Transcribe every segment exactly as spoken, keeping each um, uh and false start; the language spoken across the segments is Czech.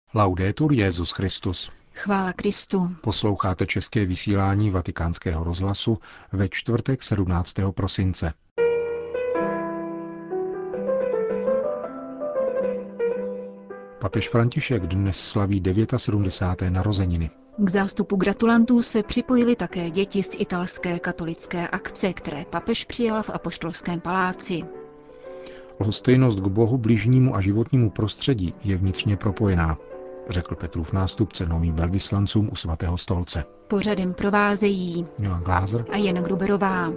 Laudetur Jesus Christus. Chvála Kristu. Posloucháte české vysílání Vatikánského rozhlasu ve čtvrtek sedmnáctého prosince. Papež František dnes slaví sedmdesáté deváté narozeniny. K zástupu gratulantů se připojili také děti z italské katolické akce, které papež přijal v Apoštolském paláci. Lhostejnost k Bohu, bližnímu a životnímu prostředí je vnitřně propojená, řekl Petrův nástupce novým velvyslancům u svatého stolce. Pořadem provázejí Milan Glázer a Jana Gruberová.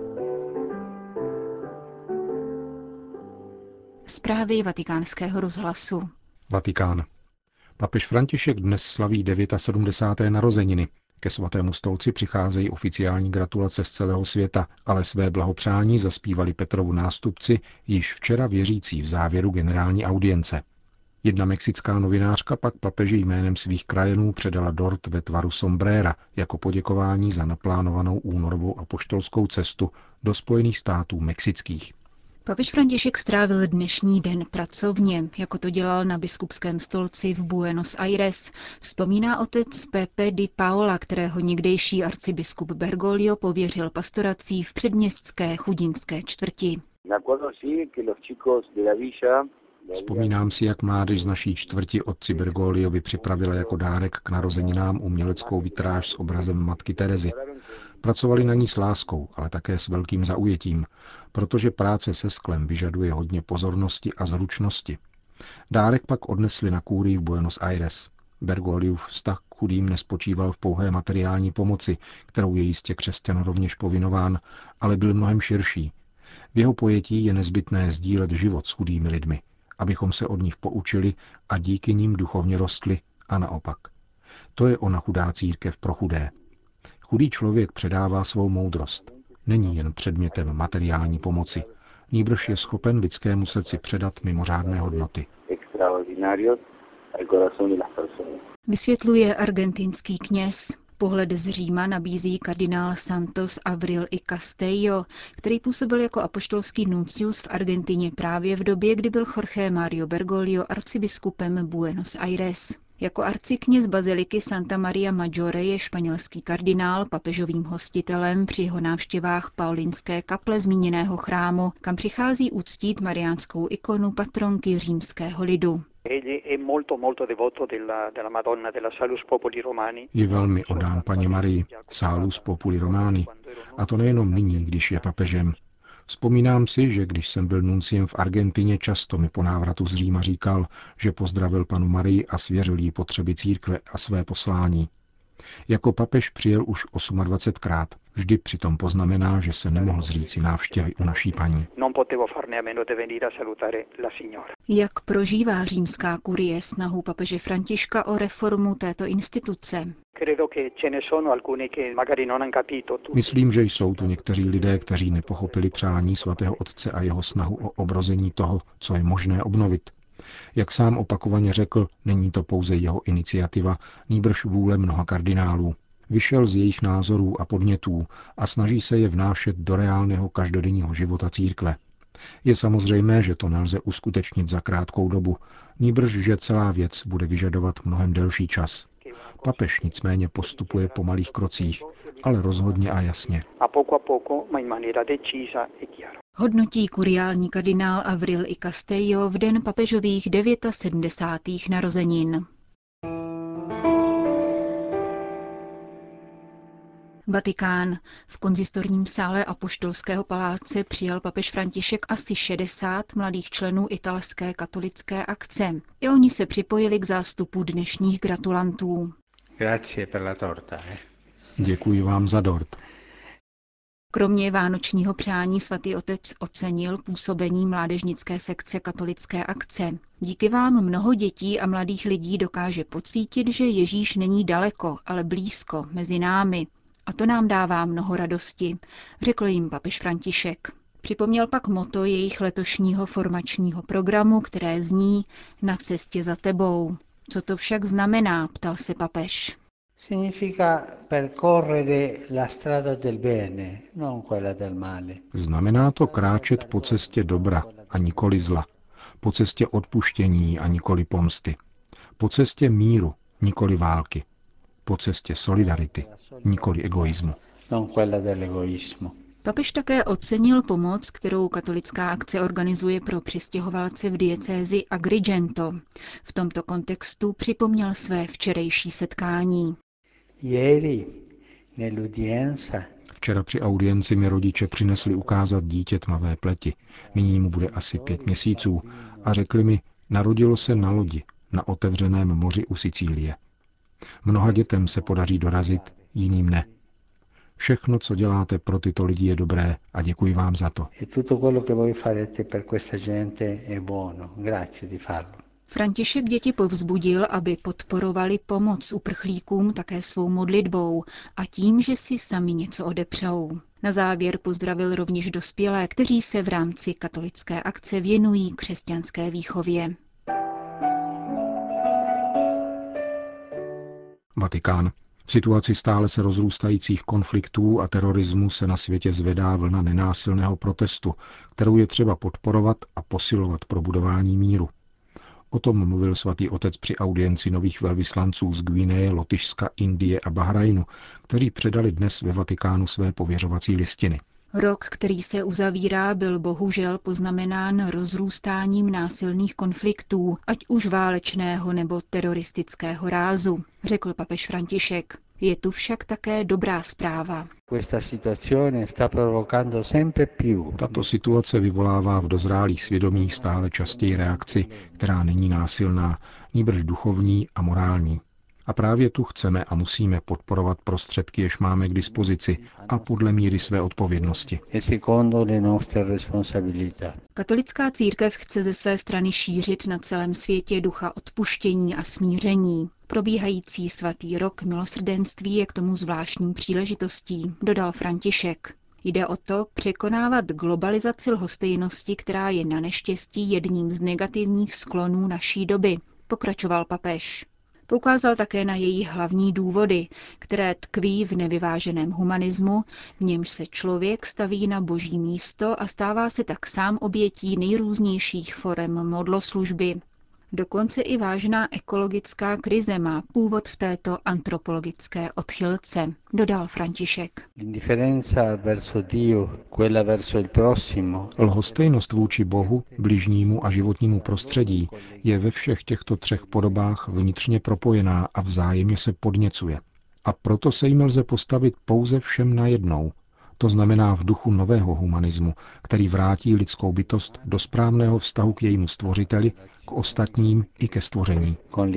Zprávy Vatikánského rozhlasu. Vatikán. Papež František dnes slaví sedmdesáté deváté narozeniny. Ke svatému stolci přicházejí oficiální gratulace z celého světa, ale své blahopřání zaspívali Petrovu nástupci již včera věřící v závěru generální audience. Jedna mexická novinářka pak papeži jménem svých krajanů předala dort ve tvaru sombréra jako poděkování za naplánovanou únorovou apoštolskou cestu do Spojených států mexických. Papež František strávil dnešní den pracovně, jako to dělal na biskupském stolci v Buenos Aires, vzpomíná otec Pepe Di Paola, kterého někdejší arcibiskup Bergoglio pověřil pastorací v předměstské chudinské čtvrti. Vzpomínám si, jak mládež z naší čtvrti otci Bergogliovi připravila jako dárek k narozeninám uměleckou vitráž s obrazem matky Terezy. Pracovali na ní s láskou, ale také s velkým zaujetím, protože práce se sklem vyžaduje hodně pozornosti a zručnosti. Dárek pak odnesli na kúrii v Buenos Aires. Bergogliův vztah k chudým nespočíval v pouhé materiální pomoci, kterou je jistě křesťan rovněž povinován, ale byl mnohem širší. V jeho pojetí je nezbytné sdílet život s chudými lidmi, abychom se od nich poučili a díky nim duchovně rostli a naopak. To je ona chudá církev pro chudé. Chudý člověk předává svou moudrost. Není jen předmětem materiální pomoci, nýbrž je schopen lidskému srdci předat mimořádné hodnoty. Vysvětluje argentinský kněz. Pohled z Říma nabízí kardinál Santos Avril y Castello, který působil jako apoštolský nuncius v Argentině právě v době, kdy byl Jorge Mario Bergoglio arcibiskupem Buenos Aires. Jako arcikněz baziliky Santa Maria Maggiore je španělský kardinál papežovým hostitelem při jeho návštěvách Paulinské kaple zmíněného chrámu, kam přichází uctít mariánskou ikonu patronky římského lidu. Je velmi oddán Panně Marii, Salus Populi Romani, a to nejenom nyní, když je papežem. Vzpomínám si, že když jsem byl nunciem v Argentině, často mi po návratu z Říma říkal, že pozdravil panu Marii a svěřil jí potřeby církve a své poslání. Jako papež přijel už dvacetosmkrát. Vždy přitom poznamená, že se nemohl zříci návštěvy u naší paní. Jak prožívá římská kurie snahu papeže Františka o reformu této instituce? Myslím, že jsou tu někteří lidé, kteří nepochopili přání svatého otce a jeho snahu o obrození toho, co je možné obnovit. Jak sám opakovaně řekl, není to pouze jeho iniciativa, nýbrž vůle mnoha kardinálů. Vyšel z jejich názorů a podnětů a snaží se je vnášet do reálného každodenního života církve. Je samozřejmé, že to nelze uskutečnit za krátkou dobu, nýbrž že celá věc bude vyžadovat mnohem delší čas. Papež nicméně postupuje po malých krocích, ale rozhodně a jasně. Hodnotí kuriální kardinál Avril y Castello v den papežových sedmdesátých devátých narozenin. Vatikán. V konzistorním sále Apoštolského paláce přijal papež František asi šedesát mladých členů italské katolické akce. I oni se připojili k zástupu dnešních gratulantů. Grazie per la torta. Eh. Děkuji vám za dort. Kromě vánočního přání svatý otec ocenil působení mládežnické sekce katolické akce. Díky vám mnoho dětí a mladých lidí dokáže pocítit, že Ježíš není daleko, ale blízko, mezi námi. A to nám dává mnoho radosti, řekl jim papež František. Připomněl pak motto jejich letošního formačního programu, které zní Na cestě za tebou. Co to však znamená, ptal se papež. Znamená to kráčet po cestě dobra a nikoli zla, po cestě odpuštění a nikoli pomsty, Po cestě míru, nikoli války. Po cestě solidarity, nikoli egoismu. Papež také ocenil pomoc, kterou katolická akce organizuje pro přistěhovalce v diecézi Agrigento. V tomto kontextu připomněl své včerejší setkání. Včera při audienci mi rodiče přinesli ukázat dítě tmavé pleti. Nyní mu bude asi pět měsíců a řekli mi, narodilo se na lodi, na otevřeném moři u Sicílie. Mnoha dětem se podaří dorazit, jiným ne. Všechno, co děláte pro tyto lidi, je dobré a děkuji vám za to. František děti povzbudil, aby podporovali pomoc uprchlíkům také svou modlitbou a tím, že si sami něco odepřou. Na závěr pozdravil rovněž dospělé, kteří se v rámci katolické akce věnují křesťanské výchově. Vatikán. V situaci stále se rozrůstajících konfliktů a terorismu se na světě zvedá vlna nenásilného protestu, kterou je třeba podporovat a posilovat pro budování míru. O tom mluvil svatý otec při audienci nových velvyslanců z Guineje, Lotyšska, Indie a Bahrajnu, kteří předali dnes ve Vatikánu své pověřovací listiny. Rok, který se uzavírá, byl bohužel poznamenán rozrůstáním násilných konfliktů, ať už válečného nebo teroristického rázu, řekl papež František. Je tu však také dobrá zpráva. Tato situace vyvolává v dozrálých svědomích stále častěji reakci, která není násilná, nýbrž duchovní a morální. A právě tu chceme a musíme podporovat prostředky, jež máme k dispozici a podle míry své odpovědnosti. Katolická církev chce ze své strany šířit na celém světě ducha odpuštění a smíření. Probíhající svatý rok milosrdenství je k tomu zvláštní příležitostí, dodal František. Jde o to překonávat globalizaci lhostejnosti, která je na neštěstí jedním z negativních sklonů naší doby, pokračoval papež. Poukázal také na její hlavní důvody, které tkví v nevyváženém humanismu, v němž se člověk staví na boží místo a stává se tak sám obětí nejrůznějších forem modloslužby. Dokonce i vážná ekologická krize má původ v této antropologické odchylce, dodal František. Lhostejnost vůči Bohu, bližnímu a životnímu prostředí je ve všech těchto třech podobách vnitřně propojená a vzájemně se podněcuje. A proto se jim lze postavit pouze všem najednou. To znamená v duchu nového humanismu, který vrátí lidskou bytost do správného vztahu k jejímu stvořiteli, k ostatním i ke stvoření.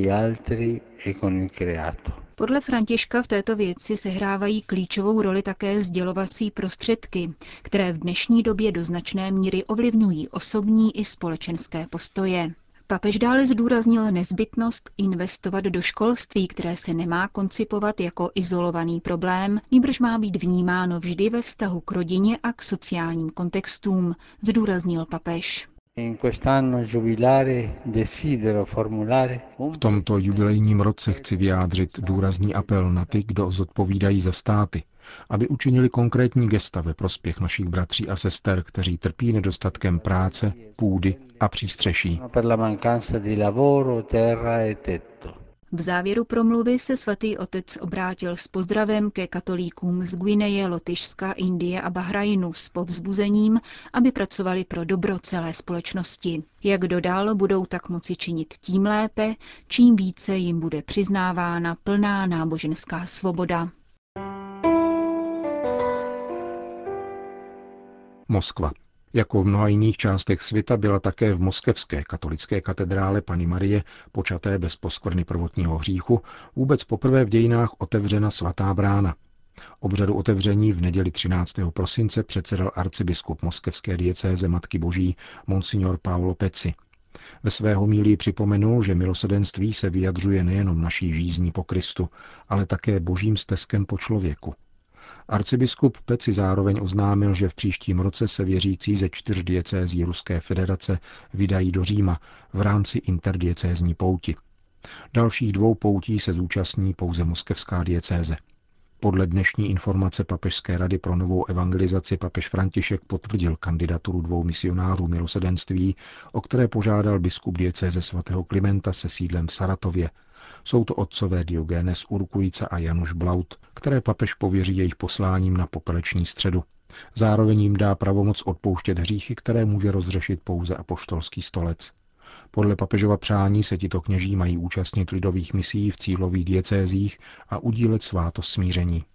Podle Františka v této věci sehrávají klíčovou roli také sdělovací prostředky, které v dnešní době do značné míry ovlivňují osobní i společenské postoje. Papež dále zdůraznil nezbytnost investovat do školství, které se nemá koncipovat jako izolovaný problém, nýbrž má být vnímáno vždy ve vztahu k rodině a k sociálním kontextům, zdůraznil papež. V tomto jubilejním roce chci vyjádřit důrazný apel na ty, kdo zodpovídají za státy, aby učinili konkrétní gesta ve prospěch našich bratří a sester, kteří trpí nedostatkem práce, půdy a přístřeší. V závěru promluvy se svatý otec obrátil s pozdravem ke katolíkům z Guineje, Lotyšska, Indie a Bahrajnu s povzbuzením, aby pracovali pro dobro celé společnosti. Jak dodal, budou tak moci činit tím lépe, čím více jim bude přiznávána plná náboženská svoboda. Moskva. Jako v mnoha jiných částech světa byla také v moskevské katolické katedrále Panny Marie, počaté bez poskvrny prvotního hříchu, vůbec poprvé v dějinách otevřena svatá brána. Obřadu otevření v neděli třináctého prosince předsedal arcibiskup moskevské diecéze Matky Boží Monsignor Paolo Pezzi. Ve své homílii připomenul, že milosrdenství se vyjadřuje nejenom naší žízní po Kristu, ale také božím steskem po člověku. Arcibiskup Pezzi zároveň oznámil, že v příštím roce se věřící ze čtyř diecézí Ruské federace vydají do Říma v rámci interdiecézní pouti. Dalších dvou poutí se zúčastní pouze moskevská diecéze. Podle dnešní informace Papežské rady pro novou evangelizaci papež František potvrdil kandidaturu dvou misionářů milosedenství, o které požádal biskup diecéze svatého Klimenta se sídlem v Saratově. Jsou to otcové Diogenes Urkujica a Januš Blaut, které papež pověří jejich posláním na popeleční středu. Zároveň jim dá pravomoc odpouštět hříchy, které může rozřešit pouze apoštolský stolec. Podle papežova přání se tito kněží mají účastnit lidových misií v cílových diecézích a udílet svátost smíření.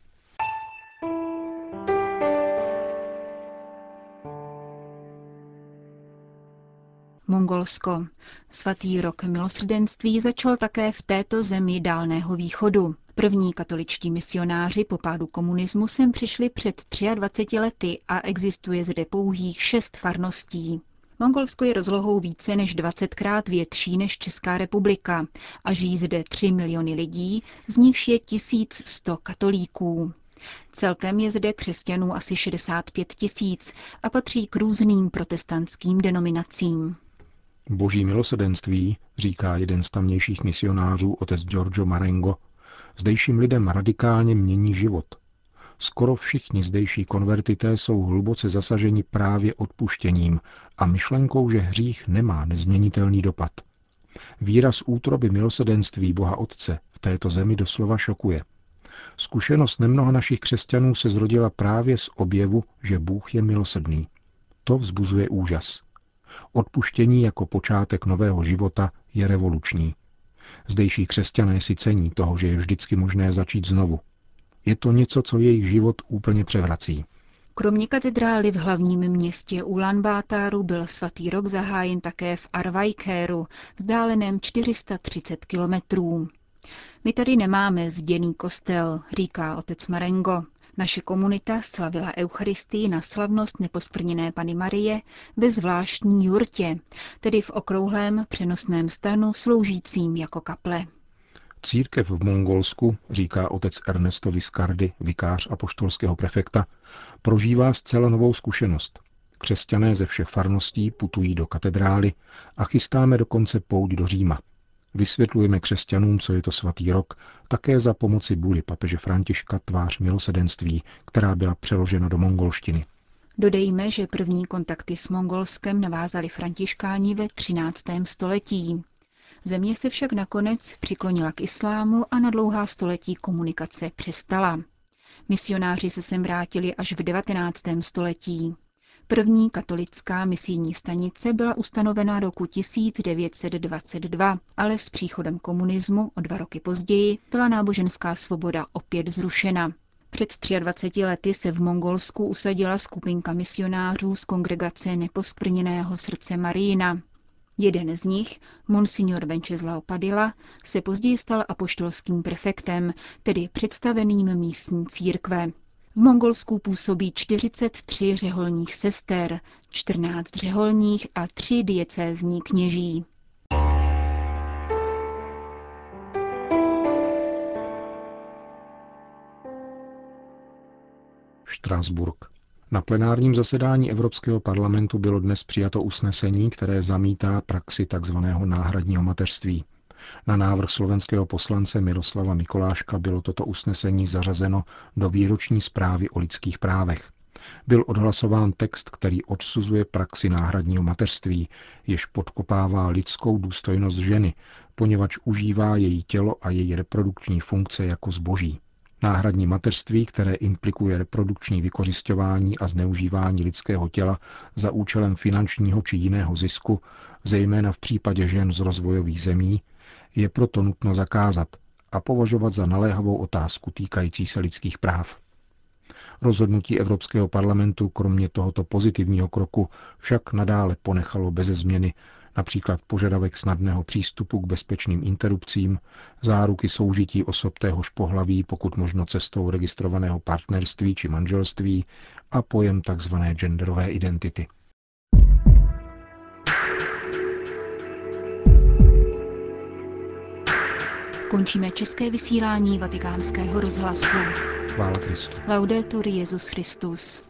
Mongolsko. Svatý rok milosrdenství začal také v této zemi Dálného východu. První katoličtí misionáři po pádu komunismu sem přišli před dvaceti třemi lety a existuje zde pouhých šest farností. Mongolsko je rozlohou více než dvacetkrát větší než Česká republika a žijí zde tři miliony lidí, z nichž je tisíc sto katolíků. Celkem je zde křesťanů asi šedesát pět tisíc a patří k různým protestantským denominacím. Boží milosrdenství, říká jeden z tamnějších misionářů, otec Giorgio Marengo, zdejším lidem radikálně mění život. Skoro všichni zdejší konvertité jsou hluboce zasaženi právě odpuštěním a myšlenkou, že hřích nemá nezměnitelný dopad. Výraz útroby milosrdenství Boha Otce v této zemi doslova šokuje. Zkušenost nemnoha našich křesťanů se zrodila právě z objevu, že Bůh je milosrdný. To vzbuzuje úžas. Odpuštění jako počátek nového života je revoluční. Zdejší křesťané si cení toho, že je vždycky možné začít znovu. Je to něco, co jejich život úplně převrací. Kromě katedrály v hlavním městě Ulaanbátaru byl svatý rok zahájen také v Arvajkéru, vzdáleném čtyři sta třicet kilometrů. My tady nemáme zděný kostel, říká otec Marengo. Naše komunita slavila eucharistii na slavnost Neposkvrněné Panny Marie ve zvláštní jurtě, tedy v okrouhlém přenosném stanu sloužícím jako kaple. Církev v Mongolsku, říká otec Ernesto Viscardi, vikář apoštolského prefekta, prožívá zcela novou zkušenost. Křesťané ze všech farností putují do katedrály a chystáme dokonce pouť do Říma. Vysvětlujeme křesťanům, co je to svatý rok, také za pomoci buly papeže Františka Tvář milosrdenství, která byla přeložena do mongolštiny. Dodejme, že první kontakty s Mongolskem navázali františkáni ve třináctém století. Země se však nakonec přiklonila k islámu a na dlouhá století komunikace přestala. Misionáři se sem vrátili až v devatenáctém století. První katolická misijní stanice byla ustanovena roku tisíc devět set dvacet dva, ale s příchodem komunismu o dva roky později byla náboženská svoboda opět zrušena. Před dvaceti třemi lety se v Mongolsku usadila skupinka misionářů z kongregace Neposkvrněného srdce Mariina. Jeden z nich, monsignor Venceslao Padilla, se později stal apoštolským prefektem, tedy představeným místní církve. V Mongolsku působí čtyřicet tři řeholních sester, čtrnáct řeholních a tři diecézní kněží. Štrasburk. Na plenárním zasedání Evropského parlamentu bylo dnes přijato usnesení, které zamítá praxi tzv. Náhradního mateřství. Na návrh slovenského poslance Miroslava Mikoláška bylo toto usnesení zařazeno do výroční zprávy o lidských právech. Byl odhlasován text, který odsuzuje praxi náhradního mateřství, jež podkopává lidskou důstojnost ženy, poněvadž užívá její tělo a její reprodukční funkce jako zboží. Náhradní mateřství, které implikuje reprodukční vykořisťování a zneužívání lidského těla za účelem finančního či jiného zisku, zejména v případě žen z rozvojových zemí, je proto nutno zakázat a považovat za naléhavou otázku týkající se lidských práv. Rozhodnutí Evropského parlamentu kromě tohoto pozitivního kroku však nadále ponechalo beze změny například požadavek snadného přístupu k bezpečným interrupcím, záruky soužití osob téhož pohlaví, pokud možno cestou registrovaného partnerství či manželství, a pojem tzv. Genderové identity. Končíme české vysílání Vatikánského rozhlasu. Chvála Kristu. Laudetur Jesus Christus.